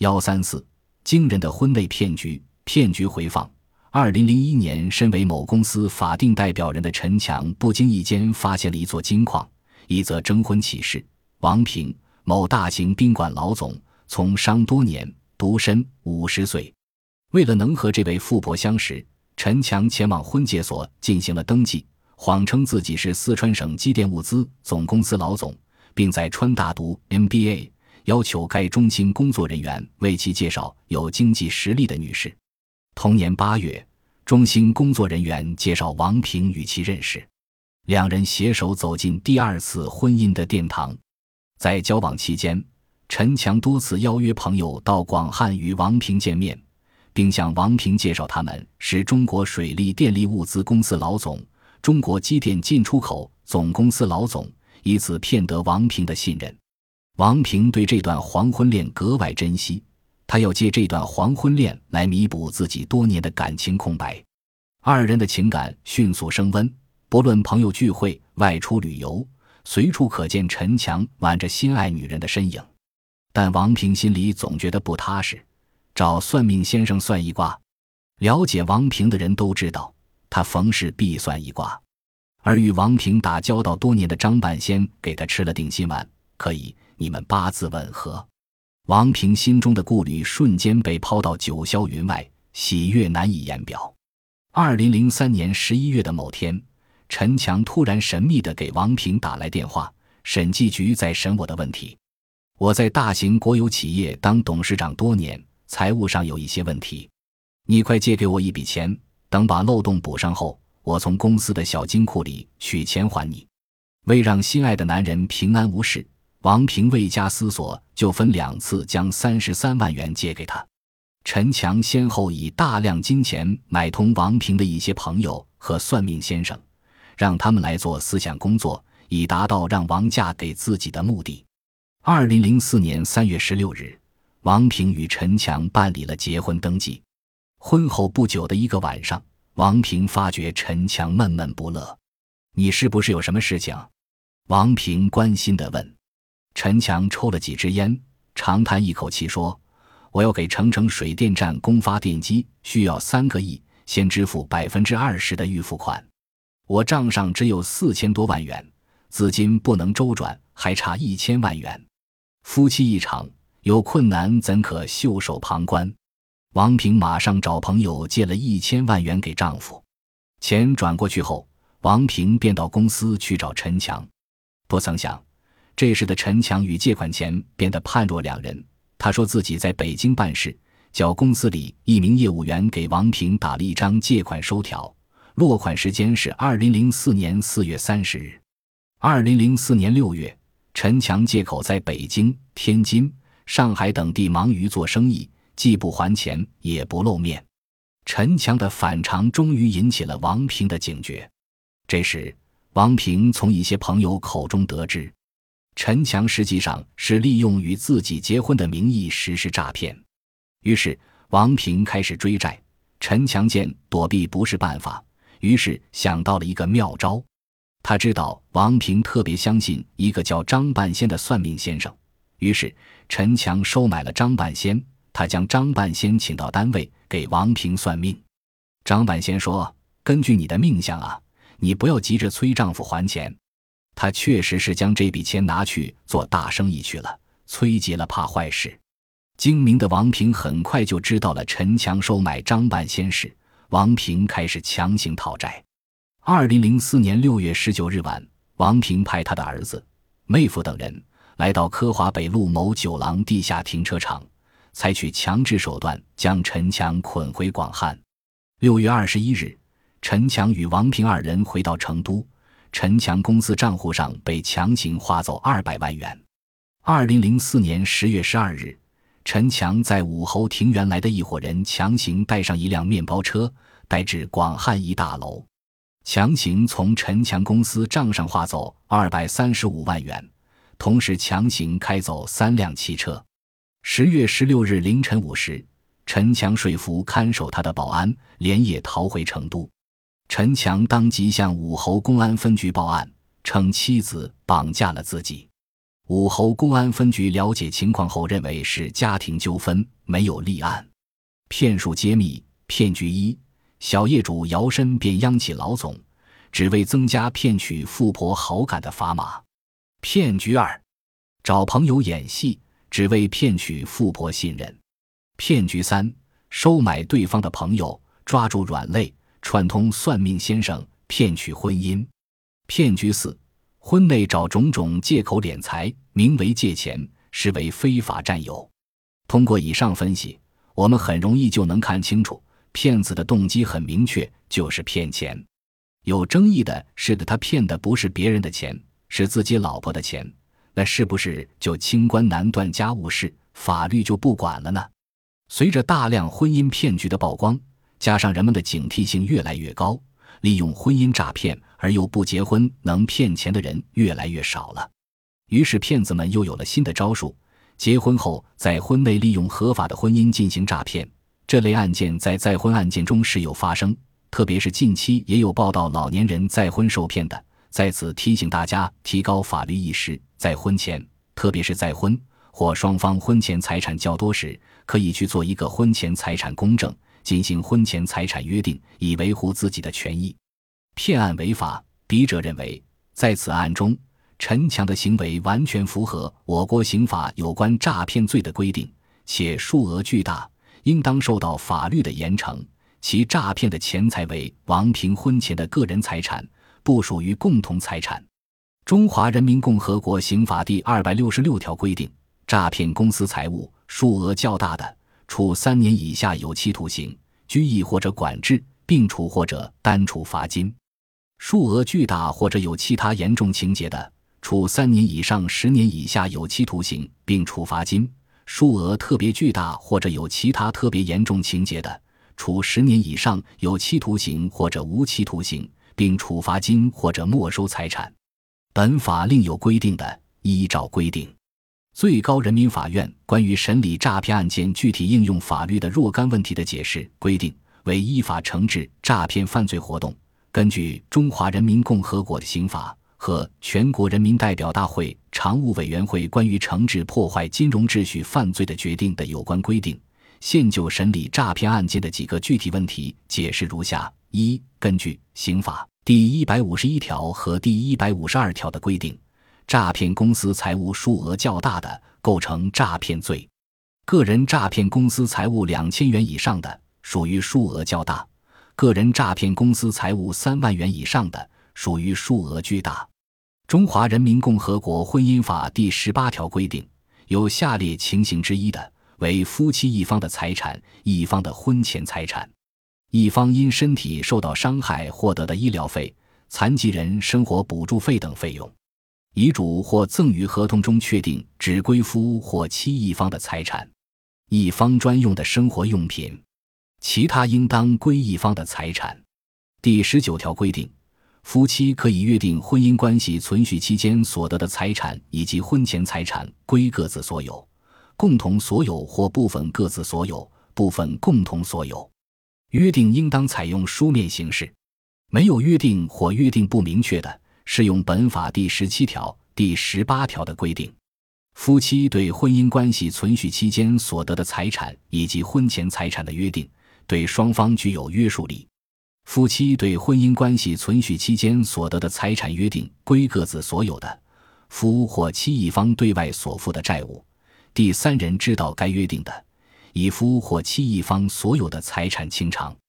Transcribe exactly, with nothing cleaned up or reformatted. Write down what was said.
一三四惊人的婚内骗局。骗局回放。二零零一年，身为某公司法定代表人的陈强不经意间发现了一座金矿，一则征婚启事。王平，某大型宾馆老总，从商多年，独身，五十岁。为了能和这位富婆相识，陈强前往婚介所进行了登记，谎称自己是四川省机电物资总公司老总，并在川大读 M B A， 要求该中心工作人员为其介绍有经济实力的女士。同年八月，中心工作人员介绍王平与其认识，两人携手走进第二次婚姻的殿堂。在交往期间，陈强多次邀约朋友到广汉与王平见面，并向王平介绍他们是中国水利电力物资公司老总、中国机电进出口总公司老总，以此骗得王平的信任。王平对这段黄昏恋格外珍惜，他要借这段黄昏恋来弥补自己多年的感情空白。二人的情感迅速升温，不论朋友聚会、外出旅游，随处可见陈强挽着心爱女人的身影。但王平心里总觉得不踏实，找算命先生算一卦。了解王平的人都知道，他逢事必算一卦。而与王平打交道多年的张半仙给他吃了定心丸，可以，你们八字吻合。王平心中的顾虑瞬间被抛到九霄云外，喜悦难以言表。二零零三年十一月的某天，陈强突然神秘地给王平打来电话，审计局在审我的问题。我在大型国有企业当董事长多年，财务上有一些问题，你快借给我一笔钱，等把漏洞补上后，我从公司的小金库里取钱还你。为让心爱的男人平安无事，王平未加思索就分两次将三十三万元借给他。陈强先后以大量金钱买通王平的一些朋友和算命先生，让他们来做思想工作，以达到让王嫁给自己的目的。二零零四年三月十六日，王平与陈强办理了结婚登记。婚后不久的一个晚上，王平发觉陈强闷闷不乐。你是不是有什么事情？王平关心地问。陈强抽了几支烟，长叹一口气说，我要给成城水电站供发电机，需要三个亿，先支付百分之二十的预付款。我账上只有四千多万元，资金不能周转，还差一千万元。夫妻一场，有困难怎可袖手旁观？王平马上找朋友借了一千万元给丈夫。钱转过去后，王平便到公司去找陈强。不曾想，这时的陈强与借款前变得判若两人。他说自己在北京办事，叫公司里一名业务员给王平打了一张借款收条，落款时间是二零零四年四月三十日。二零零四年六月，陈强借口在北京、天津、上海等地忙于做生意，既不还钱也不露面。陈强的反常终于引起了王平的警觉。这时，王平从一些朋友口中得知，陈强实际上是利用与自己结婚的名义实施诈骗。于是王平开始追债，陈强见躲避不是办法，于是想到了一个妙招。他知道王平特别相信一个叫张半仙的算命先生，于是陈强收买了张半仙，他将张半仙请到单位给王平算命。张半仙说，根据你的命相啊，你不要急着催丈夫还钱。他确实是将这笔钱拿去做大生意去了，催急了怕坏事。精明的王平很快就知道了陈强收买张半仙事，王平开始强行讨债。二零零四年六月十九日晚，王平派他的儿子、妹夫等人来到科华北路某酒廊地下停车场，采取强制手段将陈强捆回广汉。六月二十一日，陈强与王平二人回到成都，陈强公司账户上被强行划走二百万元。二零零四年十月十二日，陈强在武侯庭园来的一伙人强行带上一辆面包车，带至广汉一大楼，强行从陈强公司账上划走二百三十五万元，同时强行开走三辆汽车。十月十六日凌晨五时，陈强说服看守他的保安连夜逃回成都。陈强当即向武侯公安分局报案，称妻子绑架了自己。 武侯公安分局了解情况后认为是家庭纠纷，没有立案。骗术揭秘。骗局一，小业主摇身便央企老总，只为增加骗取富婆好感的砝码。骗局二，找朋友演戏，只为骗取富婆信任。骗局三，收买对方的朋友，抓住软肋，串通算命先生，骗取婚姻。骗局四，婚内找种种借口敛财，名为借钱，实为非法占有。通过以上分析，我们很容易就能看清楚，骗子的动机很明确，就是骗钱。有争议的是的，他骗的不是别人的钱，是自己老婆的钱，那是不是就清官难断家务事，法律就不管了呢？随着大量婚姻骗局的曝光，加上人们的警惕性越来越高，利用婚姻诈骗而又不结婚能骗钱的人越来越少了。于是骗子们又有了新的招数，结婚后在婚内利用合法的婚姻进行诈骗。这类案件在再婚案件中时有发生，特别是近期也有报道老年人再婚受骗的。在此提醒大家提高法律意识，在婚前，特别是再婚或双方婚前财产较多时，可以去做一个婚前财产公证，进行婚前财产约定，以维护自己的权益。骗案违法，笔者认为，在此案中，陈强的行为完全符合我国刑法有关诈骗罪的规定，且数额巨大，应当受到法律的严惩。其诈骗的钱财为王平婚前的个人财产，不属于共同财产。中华人民共和国刑法第二百六十六条规定，诈骗公私财物数额较大的，处三年以下有期徒刑、拘役或者管制，并处或者单处罚金；数额巨大或者有其他严重情节的，处三年以上十年以下有期徒刑，并处罚金；数额特别巨大或者有其他特别严重情节的，处十年以上有期徒刑或者无期徒刑，并处罚金或者没收财产。本法另有规定的，依照规定。最高人民法院关于审理诈骗案件具体应用法律的若干问题的解释规定，为依法惩治诈骗犯罪活动，根据中华人民共和国的刑法和全国人民代表大会常务委员会关于惩治破坏金融秩序犯罪的决定的有关规定，现就审理诈骗案件的几个具体问题解释如下：一、根据刑法第一百五十一条和第一百五十二条的规定，诈骗公私财物数额较大的，构成诈骗罪；个人诈骗公私财物两千元以上的，属于数额较大；个人诈骗公私财物三万元以上的，属于数额巨大。中华人民共和国婚姻法第十八条规定，有下列情形之一的，为夫妻一方的财产，一方的婚前财产。一方因身体受到伤害获得的医疗费、残疾人生活补助费等费用。遗嘱或赠与合同中确定只归夫或妻一方的财产。一方专用的生活用品。其他应当归一方的财产。第十九条规定，夫妻可以约定婚姻关系存续期间所得的财产以及婚前财产归各自所有，共同所有或部分各自所有，部分共同所有。约定应当采用书面形式，没有约定或约定不明确的，适用本法第十七条、第十八条的规定。夫妻对婚姻关系存续期间所得的财产以及婚前财产的约定，对双方具有约束力。夫妻对婚姻关系存续期间所得的财产约定归各自所有的，夫或妻一方对外所负的债务，第三人知道该约定的，以夫或妻一方所有的财产清偿。